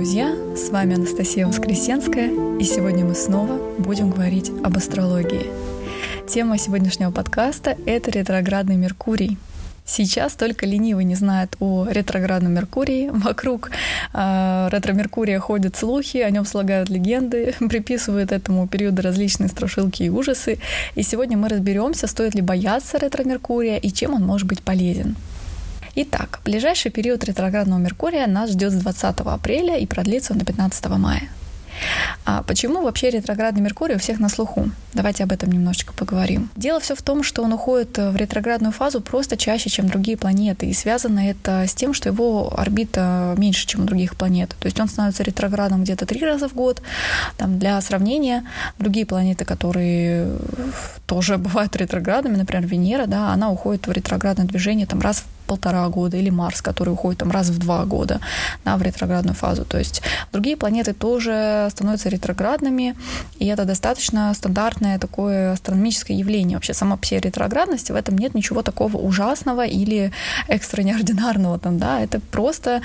друзья! С вами Анастасия Воскресенская, и сегодня мы снова будем говорить об астрологии. Тема сегодняшнего подкаста — это ретроградный Меркурий. Сейчас только ленивый не знает о ретроградном Меркурии. Вокруг ретро-Меркурия ходят слухи, о нем слагают легенды, приписывают этому периоду различные страшилки и ужасы. И сегодня мы разберемся, стоит ли бояться ретро-Меркурия и чем он может быть полезен. Итак, ближайший период ретроградного Меркурия нас ждет с 20 апреля и продлится он до 15 мая. А почему вообще ретроградный Меркурий у всех на слуху? Давайте об этом немножечко поговорим. Дело все в том, что он уходит в ретроградную фазу просто чаще, чем другие планеты. И связано это с тем, что его орбита меньше, чем у других планет. То есть он становится ретроградом где-то 3 раза в год. Там, для сравнения, другие планеты, которые тоже бывают ретроградными, например, Венера, да, она уходит в ретроградное движение там, раз в 1,5 года, или Марс, который уходит там, раз в 2 года, да, в ретроградную фазу. То есть другие планеты тоже становятся ретроградными, и это достаточно стандартное такое астрономическое явление. Вообще сама по себе ретроградность, в этом нет ничего такого ужасного или экстраординарного. Там, да, это просто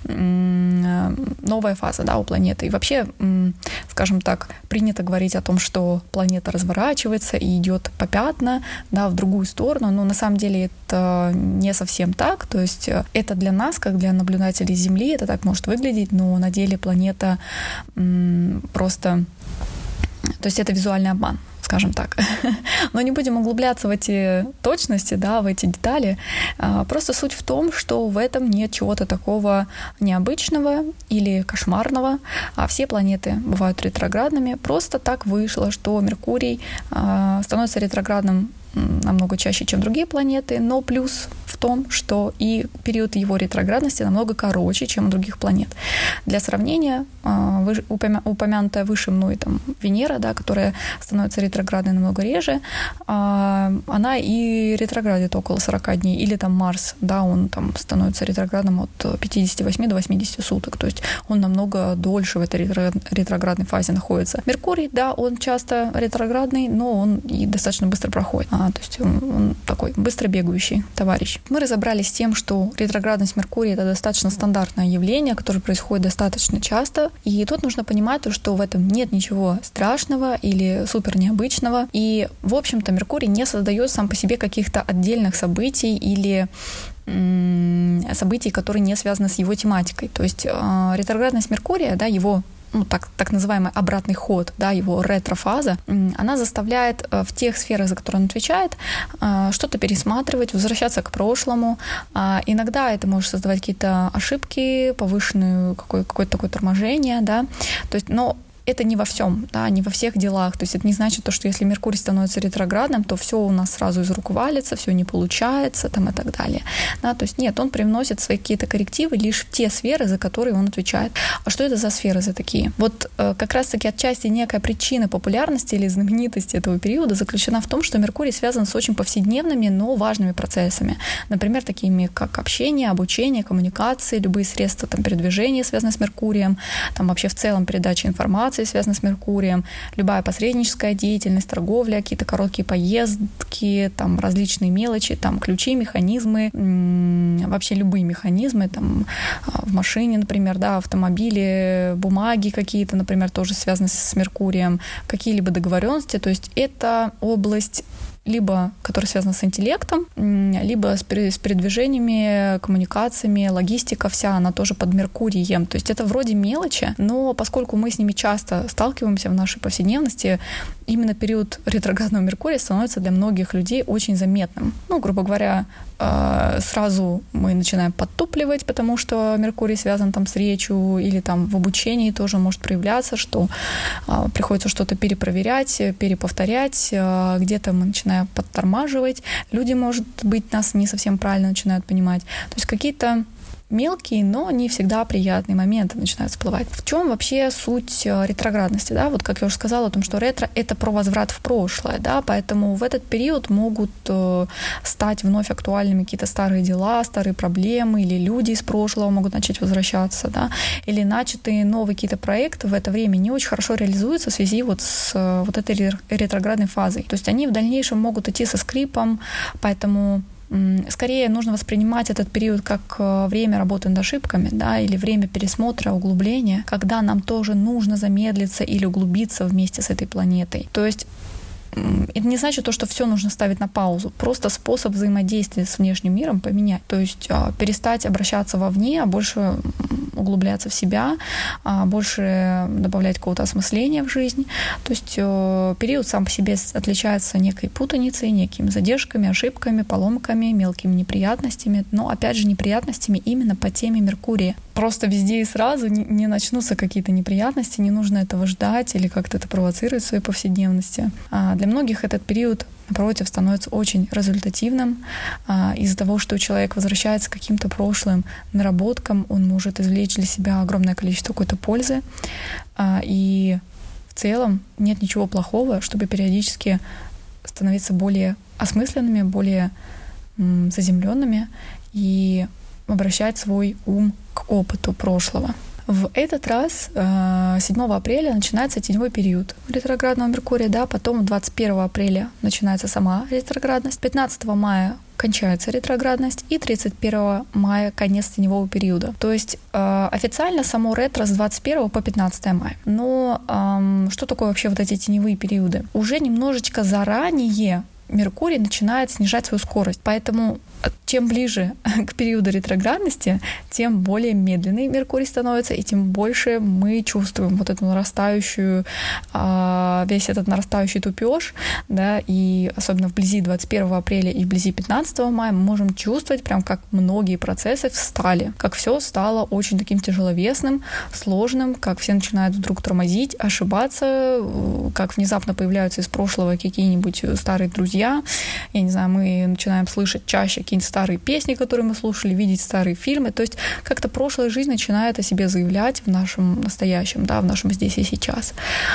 новая фаза, да, у планеты. И вообще, скажем так, принято говорить о том, что планета разворачивается и идет попятно, да, в другую сторону, но на самом деле это не совсем так, то есть это для нас, как для наблюдателей Земли, это так может выглядеть, но на деле планета просто... То есть это визуальный обман, скажем так. Но не будем углубляться в эти точности, да, в эти детали. Просто суть в том, что в этом нет чего-то такого необычного или кошмарного. А все планеты бывают ретроградными. Просто так вышло, что Меркурий становится ретроградным намного чаще, чем другие планеты, но плюс в том, что и период его ретроградности намного короче, чем у других планет. Для сравнения, упомянутая выше мной там, Венера, да, которая становится ретроградной намного реже, она и ретроградит около 40 дней. Или там Марс, да, он там становится ретроградным от 58 до 80 суток, то есть он намного дольше в этой ретроградной фазе находится. Меркурий, да, он часто ретроградный, но он и достаточно быстро проходит. То есть он такой быстро бегающий товарищ. Мы разобрались с тем, что ретроградность Меркурия — это достаточно стандартное явление, которое происходит достаточно часто. И тут нужно понимать, что в этом нет ничего страшного или супер необычного. И, в общем-то, Меркурий не создает сам по себе каких-то отдельных событий или событий, которые не связаны с его тематикой. То есть ретроградность Меркурия, да, его так называемый обратный ход, да, его ретрофаза, она заставляет в тех сферах, за которые он отвечает, что-то пересматривать, возвращаться к прошлому. Иногда это может создавать какие-то ошибки, повышенное какое-то такое торможение, да, то есть, но это не во всем, да, не во всех делах. То есть это не значит, что если Меркурий становится ретроградным, то все у нас сразу из рук валится, все не получается там, и так далее. Да, то есть нет, он привносит свои какие-то коррективы лишь в те сферы, за которые он отвечает. А что это за сферы за такие? Вот как раз-таки отчасти некая причина популярности или знаменитости этого периода заключена в том, что Меркурий связан с очень повседневными, но важными процессами. Например, такими как общение, обучение, коммуникации, любые средства там, передвижения, связанные с Меркурием, там вообще в целом передача информации, связанная с Меркурием, любая посредническая деятельность, торговля, какие-то короткие поездки, там различные мелочи, там ключи, механизмы, вообще любые механизмы, там в машине, например, да, автомобили, бумаги какие-то, например, тоже связаны с Меркурием, какие-либо договоренности, то есть это область либо которая связана с интеллектом, либо с передвижениями, коммуникациями, логистика вся, она тоже под Меркурием. То есть это вроде мелочи, но поскольку мы с ними часто сталкиваемся в нашей повседневности, именно период ретроградного Меркурия становится для многих людей очень заметным. Грубо говоря, сразу мы начинаем подтупливать, потому что Меркурий связан там с речью, или там в обучении тоже может проявляться, что приходится что-то перепроверять, переповторять, где-то мы начинаем подтормаживать, люди, может быть, нас не совсем правильно начинают понимать. То есть какие-то мелкие, но не всегда приятные моменты начинают всплывать. В чем вообще суть ретроградности? Да? Вот как я уже сказала о том, что ретро — это про возврат в прошлое, да? Поэтому в этот период могут стать вновь актуальными какие-то старые дела, старые проблемы, или люди из прошлого могут начать возвращаться, да? Или начатые новые какие-то проекты в это время не очень хорошо реализуются в связи вот с вот этой ретроградной фазой. То есть они в дальнейшем могут идти со скрипом, поэтому Скорее нужно воспринимать этот период как время работы над ошибками, да, или время пересмотра, углубления, когда нам тоже нужно замедлиться или углубиться вместе с этой планетой. То есть это не значит то, что все нужно ставить на паузу. Просто способ взаимодействия с внешним миром поменять. То есть перестать обращаться вовне, а больше углубляться в себя, больше добавлять какого-то осмысления в жизнь. То есть период сам по себе отличается некой путаницей, некими задержками, ошибками, поломками, мелкими неприятностями. Но, опять же, неприятностями именно по теме Меркурия. Просто везде и сразу не начнутся какие-то неприятности, не нужно этого ждать или как-то это провоцировать в своей повседневности. Для многих этот период, напротив, становится очень результативным. Из-за того, что человек возвращается к каким-то прошлым наработкам, он может извлечь для себя огромное количество какой-то пользы. И в целом нет ничего плохого, чтобы периодически становиться более осмысленными, более заземленными и обращать свой ум к опыту прошлого. В этот раз 7 апреля начинается теневой период ретроградного Меркурия, да, потом 21 апреля начинается сама ретроградность, 15 мая кончается ретроградность и 31 мая конец теневого периода. То есть официально само ретро с 21 по 15 мая. Но что такое вообще вот эти теневые периоды? Уже немножечко заранее Меркурий начинает снижать свою скорость, поэтому чем ближе к периоду ретроградности, тем более медленный Меркурий становится, и тем больше мы чувствуем вот эту нарастающую, весь этот нарастающий тупёж, да, и особенно вблизи 21 апреля и вблизи 15 мая мы можем чувствовать прям как многие процессы встали, как все стало очень таким тяжеловесным, сложным, как все начинают вдруг тормозить, ошибаться, как внезапно появляются из прошлого какие-нибудь старые друзья, я не знаю, мы начинаем слышать чаще какие-нибудь старые песни, которые мы слушали, видеть старые фильмы. То есть как-то прошлая жизнь начинает о себе заявлять в нашем настоящем, да, в нашем здесь и сейчас.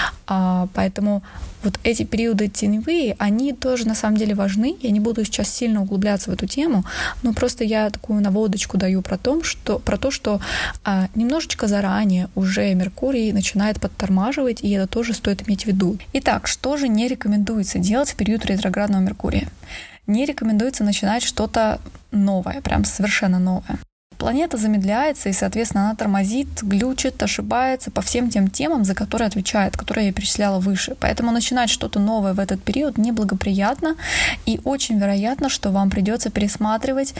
Поэтому вот эти периоды теневые, они тоже на самом деле важны. Я не буду сейчас сильно углубляться в эту тему, но просто я такую наводочку даю про то, что немножечко заранее уже Меркурий начинает подтормаживать, и это тоже стоит иметь в виду. Итак, что же не рекомендуется делать в период ретроградного Меркурия? Не рекомендуется начинать что-то новое, прям совершенно новое. Планета замедляется, и, соответственно, она тормозит, глючит, ошибается по всем тем темам, за которые отвечает, которые я перечисляла выше. Поэтому начинать что-то новое в этот период неблагоприятно, и очень вероятно, что вам придется пересматривать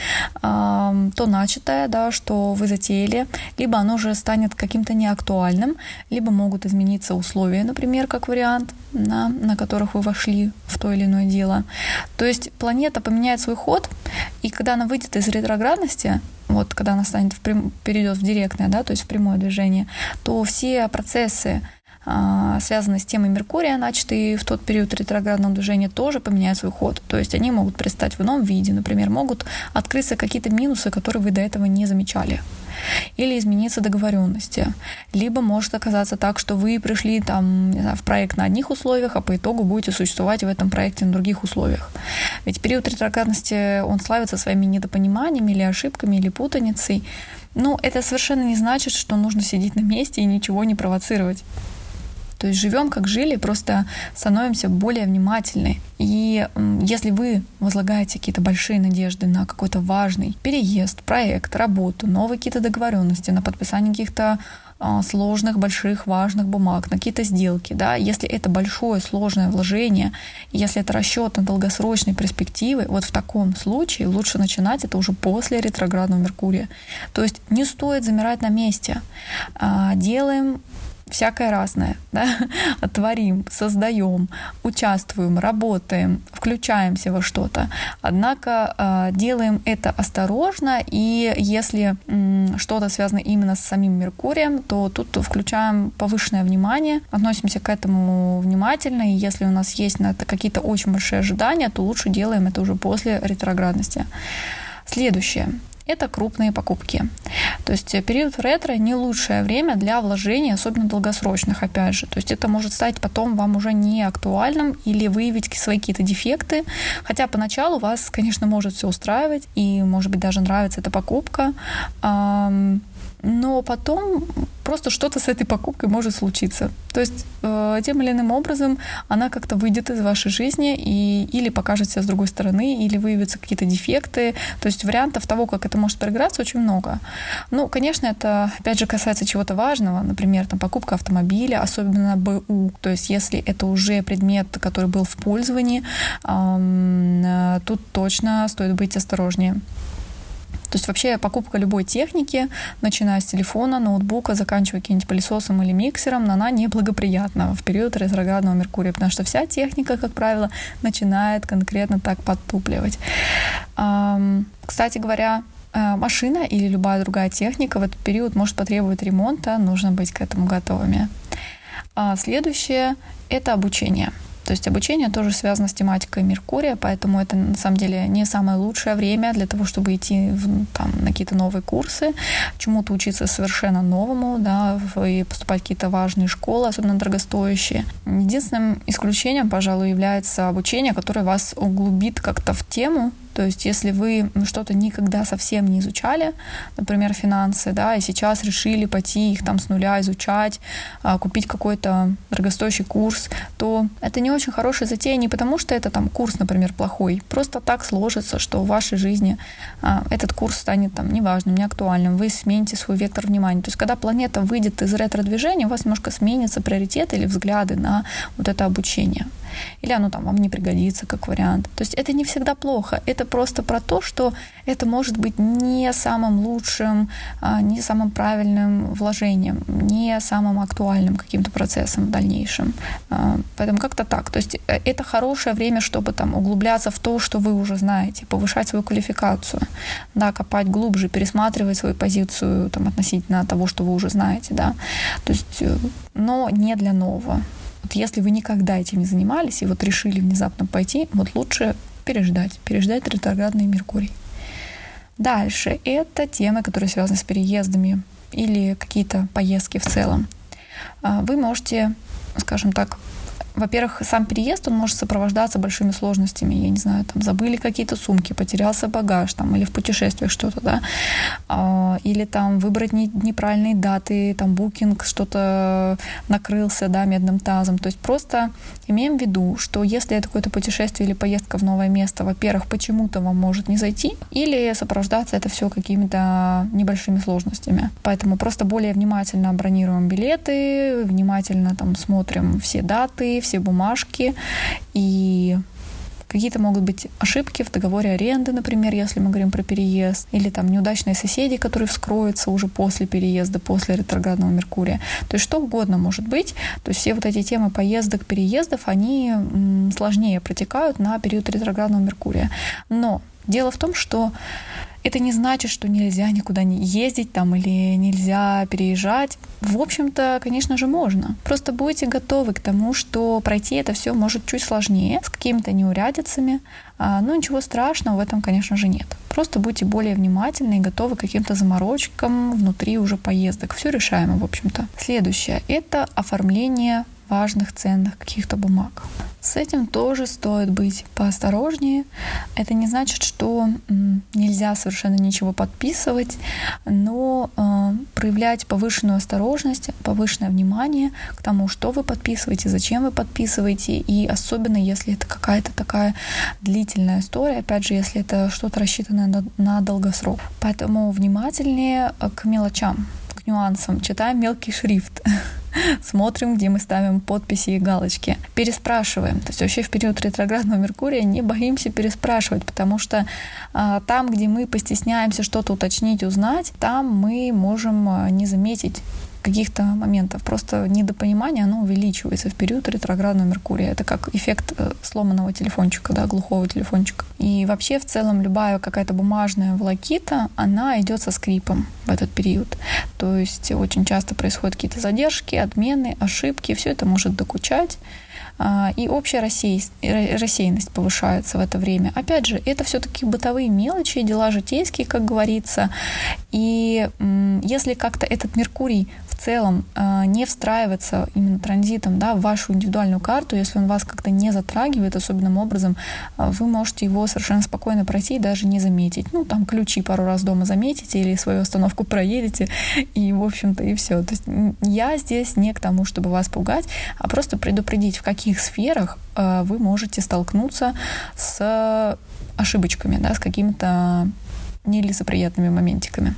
то начатое, да, что вы затеяли, либо оно уже станет каким-то неактуальным, либо могут измениться условия, например, как вариант, на которых вы вошли в то или иное дело. То есть планета поменяет свой ход, и когда она выйдет из ретроградности, вот когда она перейдет в директное, да, то есть в прямое движение, то все процессы, связанные с темой Меркурия, начатые в тот период ретроградного движения, тоже поменяют свой ход. То есть они могут предстать в ином виде, например, могут открыться какие-то минусы, которые вы до этого не замечали. Или измениться договоренности. Либо может оказаться так, что вы пришли там, не знаю, в проект на одних условиях, а по итогу будете существовать в этом проекте на других условиях. Ведь период ретроградности, он славится своими недопониманиями или ошибками, или путаницей. Но это совершенно не значит, что нужно сидеть на месте и ничего не провоцировать. То есть живем, как жили, просто становимся более внимательны. И если вы возлагаете какие-то большие надежды на какой-то важный переезд, проект, работу, новые какие-то договоренности, на подписание каких-то сложных, больших, важных бумаг, на какие-то сделки, да, если это большое, сложное вложение, если это расчет на долгосрочные перспективы, вот в таком случае лучше начинать это уже после ретроградного Меркурия. То есть не стоит замирать на месте. Делаем всякое разное, да? Творим, создаем, участвуем, работаем, включаемся во что-то. Однако делаем это осторожно, и если что-то связано именно с самим Меркурием, то тут включаем повышенное внимание, относимся к этому внимательно, и если у нас есть на это какие-то очень большие ожидания, то лучше делаем это уже после ретроградности. Следующее. Это крупные покупки. То есть период ретро не лучшее время для вложений, особенно долгосрочных, опять же. То есть это может стать потом вам уже не актуальным или выявить свои какие-то дефекты. Хотя поначалу вас, конечно, может все устраивать и, может быть, даже нравится эта покупка. Но потом просто что-то с этой покупкой может случиться. То есть тем или иным образом она как-то выйдет из вашей жизни или покажет себя с другой стороны, или выявятся какие-то дефекты. То есть вариантов того, как это может проиграться, очень много. Ну, конечно, это, опять же, касается чего-то важного, например, там, покупка автомобиля, особенно БУ. То есть если это уже предмет, который был в пользовании, тут точно стоит быть осторожнее. То есть вообще покупка любой техники, начиная с телефона, ноутбука, заканчивая каким-нибудь пылесосом или миксером, она неблагоприятна в период ретроградного Меркурия, потому что вся техника, как правило, начинает конкретно так подтупливать. Кстати говоря, машина или любая другая техника в этот период может потребовать ремонта, нужно быть к этому готовыми. Следующее – это обучение. То есть обучение тоже связано с тематикой Меркурия, поэтому это на самом деле не самое лучшее время для того, чтобы идти на какие-то новые курсы, чему-то учиться совершенно новому, да, и поступать в какие-то важные школы, особенно дорогостоящие. Единственным исключением, пожалуй, является обучение, которое вас углубит как-то в тему. То есть если вы что-то никогда совсем не изучали, например, финансы, да, и сейчас решили пойти их там с нуля изучать, купить какой-то дорогостоящий курс, то это не очень хорошая затея не потому, что это там курс, например, плохой, просто так сложится, что в вашей жизни этот курс станет там неважным, неактуальным, вы смените свой вектор внимания. То есть когда планета выйдет из ретро-движения, у вас немножко сменятся приоритеты или взгляды на вот это обучение. Или оно там вам не пригодится как вариант. То есть это не всегда плохо. Это просто про то, что это может быть не самым лучшим, не самым правильным вложением, не самым актуальным каким-то процессом в дальнейшем. Поэтому как-то так. То есть это хорошее время, чтобы там углубляться в то, что вы уже знаете, повышать свою квалификацию, да, копать глубже, пересматривать свою позицию там, относительно того, что вы уже знаете. Да. То есть, но не для нового. Вот если вы никогда этим не занимались и вот решили внезапно пойти, вот лучше переждать ретроградный Меркурий. Дальше это темы, которые связаны с переездами или какие-то поездки в целом. Вы можете, скажем так, во-первых, сам переезд, он может сопровождаться большими сложностями. Я не знаю, там забыли какие-то сумки, потерялся багаж, там, или в путешествиях что-то, да. Или там выбрать неправильные даты, там букинг, что-то накрылся, да, медным тазом. То есть просто имеем в виду, что если это какое-то путешествие или поездка в новое место, во-первых, почему-то вам может не зайти, или сопровождаться это все какими-то небольшими сложностями. Поэтому просто более внимательно бронируем билеты, внимательно там смотрим все даты, все бумажки, и какие-то могут быть ошибки в договоре аренды, например, если мы говорим про переезд, или там неудачные соседи, которые вскроются уже после переезда, после ретроградного Меркурия. То есть что угодно может быть. То есть все вот эти темы поездок, переездов, они сложнее протекают на период ретроградного Меркурия. Но дело в том, что это не значит, что нельзя никуда не ездить там или нельзя переезжать. В общем-то, конечно же, можно. Просто будьте готовы к тому, что пройти это все может чуть сложнее, с какими-то неурядицами. Но ничего страшного в этом, конечно же, нет. Просто будьте более внимательны и готовы к каким-то заморочкам внутри уже поездок. Все решаемо, в общем-то. Следующее — это оформление важных, ценных каких-то бумаг. С этим тоже стоит быть поосторожнее. Это не значит, что нельзя совершенно ничего подписывать, но проявлять повышенную осторожность, повышенное внимание к тому, что вы подписываете, зачем вы подписываете, и особенно если это какая-то такая длительная история, опять же, если это что-то рассчитанное на долгосрок. Поэтому внимательнее к мелочам, к нюансам, читаем мелкий шрифт. Смотрим, где мы ставим подписи и галочки. Переспрашиваем. То есть вообще в период ретроградного Меркурия не боимся переспрашивать, потому что там, где мы постесняемся что-то уточнить, узнать, там мы можем не заметить каких-то моментов. Просто недопонимание, оно увеличивается в период ретроградного Меркурия. Это как эффект сломанного телефончика, да, глухого телефончика. И вообще в целом любая какая-то бумажная волокита, она идет со скрипом в этот период. То есть очень часто происходят какие-то задержки, отмены, ошибки. Все это может докучать. И общая рассеянность повышается в это время. Опять же, это все-таки бытовые мелочи, дела житейские, как говорится. И если как-то этот Меркурий в целом не встраивается именно транзитом, да, в вашу индивидуальную карту, если он вас как-то не затрагивает особенным образом, вы можете его совершенно спокойно пройти и даже не заметить. Ну, там ключи пару раз дома заметите или свою остановку проедете, и, в общем-то, и все. То есть я здесь не к тому, чтобы вас пугать, а просто предупредить, в каких сферах вы можете столкнуться с ошибочками, да, с какими-то нелицеприятными моментиками.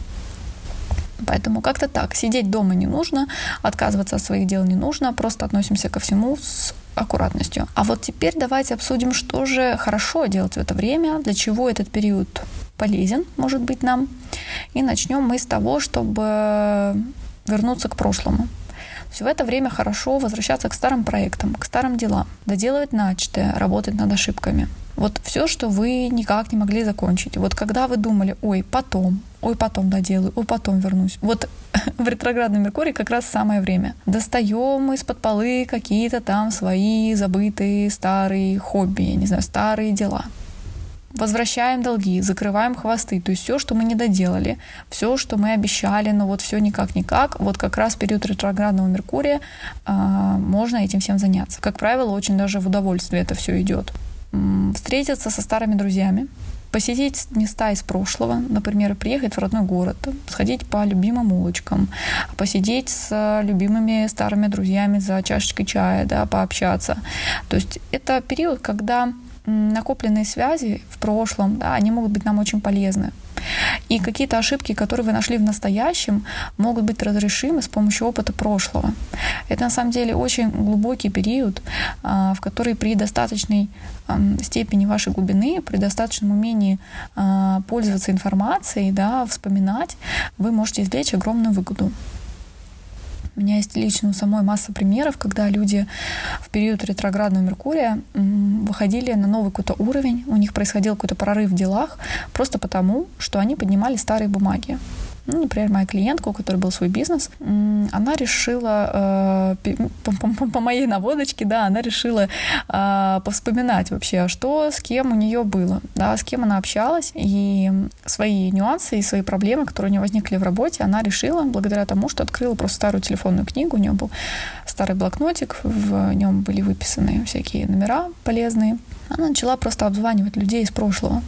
Поэтому как-то так. Сидеть дома не нужно, отказываться от своих дел не нужно, просто относимся ко всему с аккуратностью. А вот теперь давайте обсудим, что же хорошо делать в это время, для чего этот период полезен, может быть, нам. И начнем мы с того, чтобы вернуться к прошлому. То есть в это время хорошо возвращаться к старым проектам, к старым делам, доделывать начатое, работать над ошибками. Вот все, что вы никак не могли закончить. Вот когда вы думали, ой, потом доделаю, потом вернусь. Вот в ретроградном Меркурии как раз самое время. Достаем из-под полы какие-то там свои забытые старые хобби, я не знаю, старые дела. Возвращаем долги, закрываем хвосты. То есть все, что мы не доделали, все, что мы обещали, но вот все никак, вот как раз в период ретроградного Меркурия можно этим всем заняться. Как правило, очень даже в удовольствие это все идет. Встретиться со старыми друзьями, посетить места из прошлого, например, приехать в родной город, сходить по любимым улочкам, посидеть с любимыми старыми друзьями за чашечкой чая, да, пообщаться. То есть это период, когда накопленные связи в прошлом, да, они могут быть нам очень полезны. И какие-то ошибки, которые вы нашли в настоящем, могут быть разрешимы с помощью опыта прошлого. Это на самом деле очень глубокий период, в который при достаточной степени вашей глубины, при достаточном умении пользоваться информацией, да, вспоминать, вы можете извлечь огромную выгоду. У меня есть лично у самой масса примеров, когда люди в период ретроградного Меркурия выходили на новый какой-то уровень, у них происходил какой-то прорыв в делах, просто потому, что они поднимали старые бумаги. Ну, например, моя клиентка, у которой был свой бизнес, она решила, по моей наводочке, да, она решила повспоминать вообще, что с кем у нее было, да, с кем она общалась, и свои нюансы, и свои проблемы, которые у нее возникли в работе, она решила благодаря тому, что открыла просто старую телефонную книгу, у нее был старый блокнотик, в нем были выписаны всякие номера полезные. Она начала просто обзванивать людей из прошлого,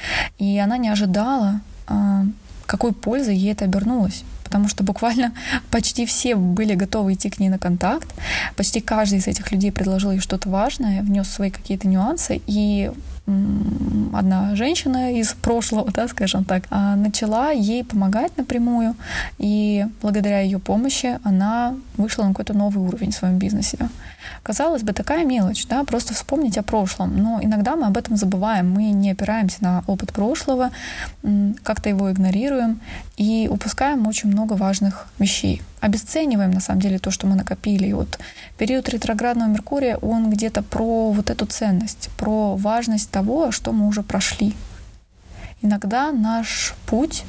и она не ожидала, какой пользой ей это обернулось. Потому что буквально почти все были готовы идти к ней на контакт. Почти каждый из этих людей предложил ей что-то важное, внес свои какие-то нюансы. И одна женщина из прошлого, да, скажем так, начала ей помогать напрямую. И благодаря ее помощи она вышла на какой-то новый уровень в своем бизнесе. Казалось бы, такая мелочь, да, просто вспомнить о прошлом. Но иногда мы об этом забываем. Мы не опираемся на опыт прошлого, как-то его игнорируем и упускаем очень много важных вещей. Обесцениваем, на самом деле, то, что мы накопили. И вот период ретроградного Меркурия, он где-то про вот эту ценность, про важность того, что мы уже прошли. Иногда наш путь,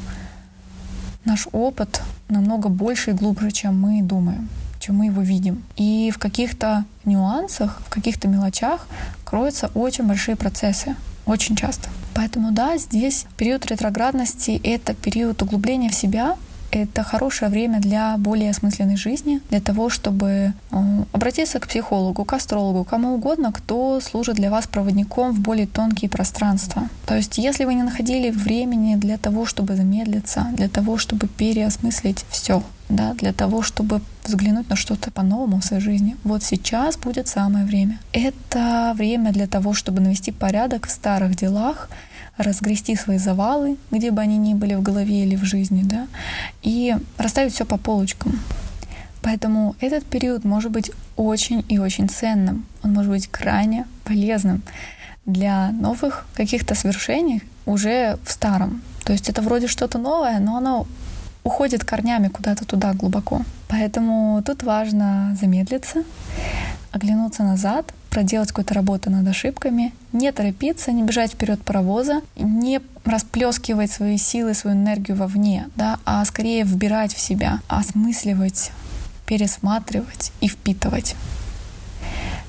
наш опыт намного больше и глубже, чем мы думаем, чем мы его видим. И в каких-то нюансах, в каких-то мелочах кроются очень большие процессы. Очень часто. Поэтому да, здесь период ретроградности — это период углубления в себя. Это хорошее время для более осмысленной жизни, для того, чтобы обратиться к психологу, к астрологу, кому угодно, кто служит для вас проводником в более тонкие пространства. То есть, если вы не находили времени для того, чтобы замедлиться, для того, чтобы переосмыслить все, да, для того, чтобы взглянуть на что-то по-новому в своей жизни, вот сейчас будет самое время. Это время для того, чтобы навести порядок в старых делах, разгрести свои завалы, где бы они ни были в голове или в жизни, да, и расставить все по полочкам. Поэтому этот период может быть очень и очень ценным. Он может быть крайне полезным для новых каких-то свершений уже в старом. То есть это вроде что-то новое, но оно уходит корнями куда-то туда глубоко. Поэтому тут важно замедлиться, оглянуться назад, проделать какую-то работу над ошибками, не торопиться, не бежать вперед паровоза, не расплескивать свои силы, свою энергию вовне, да, а скорее вбирать в себя, осмысливать, пересматривать и впитывать.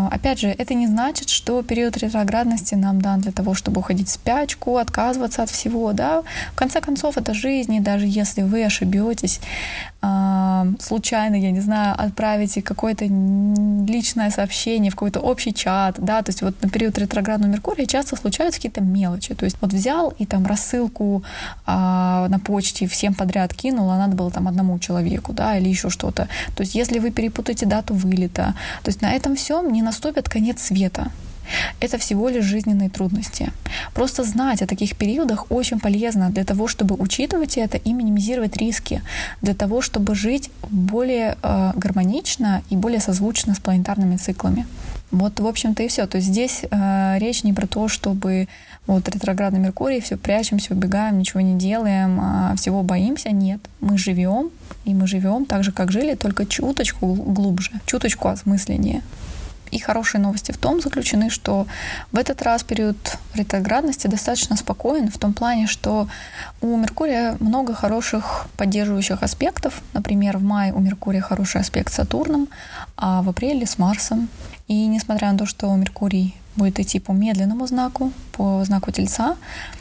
опять же, это не значит, что период ретроградности нам дан для того, чтобы уходить в спячку, отказываться от всего, да. В конце концов, это жизнь, и даже если вы ошибетесь, случайно, я не знаю, отправите какое-то личное сообщение в какой-то общий чат, да, то есть вот на период ретроградного Меркурия часто случаются какие-то мелочи, то есть вот взял и там рассылку на почте всем подряд кинул, а надо было там одному человеку, да, или еще что-то. То есть если вы перепутаете дату вылета, то есть на этом всем не наступит конец света. Это всего лишь жизненные трудности. Просто знать о таких периодах очень полезно для того, чтобы учитывать это и минимизировать риски, для того, чтобы жить более гармонично и более созвучно с планетарными циклами. Вот, в общем-то, и все. То есть здесь речь не про то, чтобы вот ретроградный Меркурий, все прячемся, убегаем, ничего не делаем, всего боимся. Нет, мы живем, и мы живем так же, как жили, только чуточку глубже, чуточку осмысленнее. И хорошие новости в том заключены, что в этот раз период ретроградности достаточно спокоен в том плане, что у Меркурия много хороших поддерживающих аспектов. Например, в мае у Меркурия хороший аспект с Сатурном, а в апреле с Марсом. И несмотря на то, что Меркурий будет идти по медленному знаку, по знаку Тельца,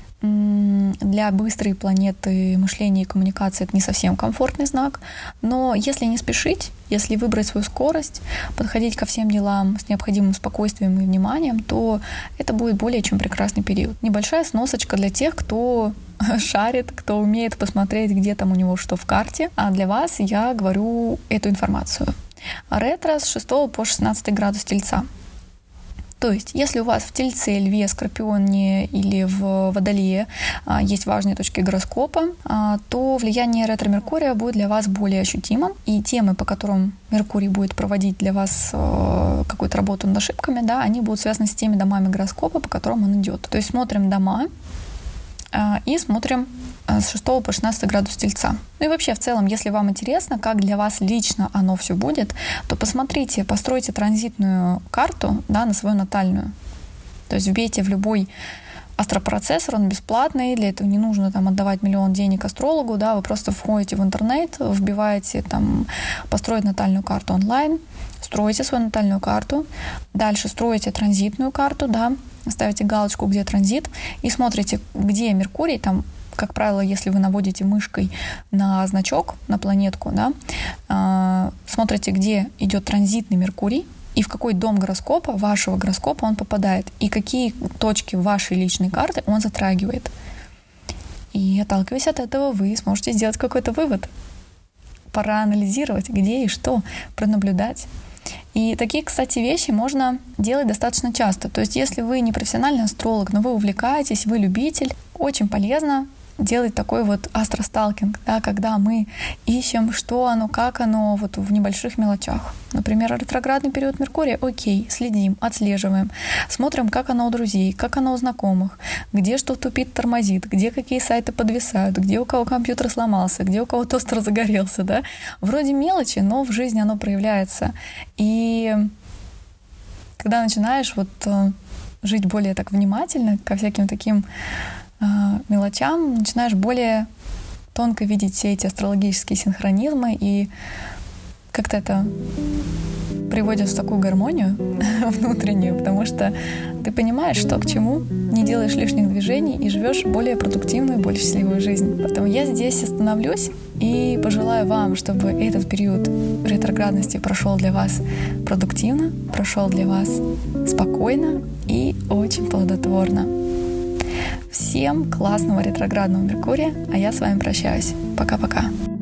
для быстрой планеты мышления и коммуникации это не совсем комфортный знак, но если не спешить, если выбрать свою скорость, подходить ко всем делам с необходимым спокойствием и вниманием, то это будет более чем прекрасный период. Небольшая сносочка для тех, кто шарит, кто умеет посмотреть, где там у него что в карте, а для вас я говорю эту информацию. Ретро с 6 по 16 градус Тельца. То есть, если у вас в Тельце, Льве, Скорпионе или в Водолее есть важные точки гороскопа, то влияние ретро-Меркурия будет для вас более ощутимым, и темы, по которым Меркурий будет проводить для вас какую-то работу над ошибками, да, они будут связаны с теми домами гороскопа, по которым он идет. То есть смотрим дома и смотрим с 6 по 16 градус Тельца. Ну и вообще, в целом, если вам интересно, как для вас лично оно все будет, то посмотрите, постройте транзитную карту, да, на свою натальную. То есть вбейте в любой астропроцессор, он бесплатный, для этого не нужно там отдавать миллион денег астрологу, да, вы просто входите в интернет, вбиваете там построить натальную карту онлайн, строите свою натальную карту, дальше строите транзитную карту, да, ставите галочку, где транзит, и смотрите, где Меркурий, там, как правило, если вы наводите мышкой на значок, на планетку, да, смотрите, где идет транзитный Меркурий, и в какой дом гороскопа, вашего гороскопа он попадает, и какие точки вашей личной карты он затрагивает. И отталкиваясь от этого, вы сможете сделать какой-то вывод, проанализировать, где и что, пронаблюдать. И такие, кстати, вещи можно делать достаточно часто. То есть если вы не профессиональный астролог, но вы увлекаетесь, вы любитель, очень полезно делать такой вот астросталкинг, да, когда мы ищем, что оно, как оно, вот в небольших мелочах. Например, ретроградный период Меркурия, окей, следим, отслеживаем, смотрим, как оно у друзей, как оно у знакомых, где что тупит, тормозит, где какие сайты подвисают, где у кого компьютер сломался, где у кого тостер загорелся, да. Вроде мелочи, но в жизни оно проявляется. И когда начинаешь вот жить более так внимательно ко всяким таким мелочам, начинаешь более тонко видеть все эти астрологические синхронизмы, и как-то это приводит в такую гармонию внутреннюю, потому что ты понимаешь, что к чему, не делаешь лишних движений и живешь более продуктивную, более счастливую жизнь. Поэтому я здесь остановлюсь и пожелаю вам, чтобы этот период ретроградности прошел для вас продуктивно, прошел для вас спокойно и очень плодотворно. Всем классного ретроградного Меркурия, а я с вами прощаюсь. Пока-пока.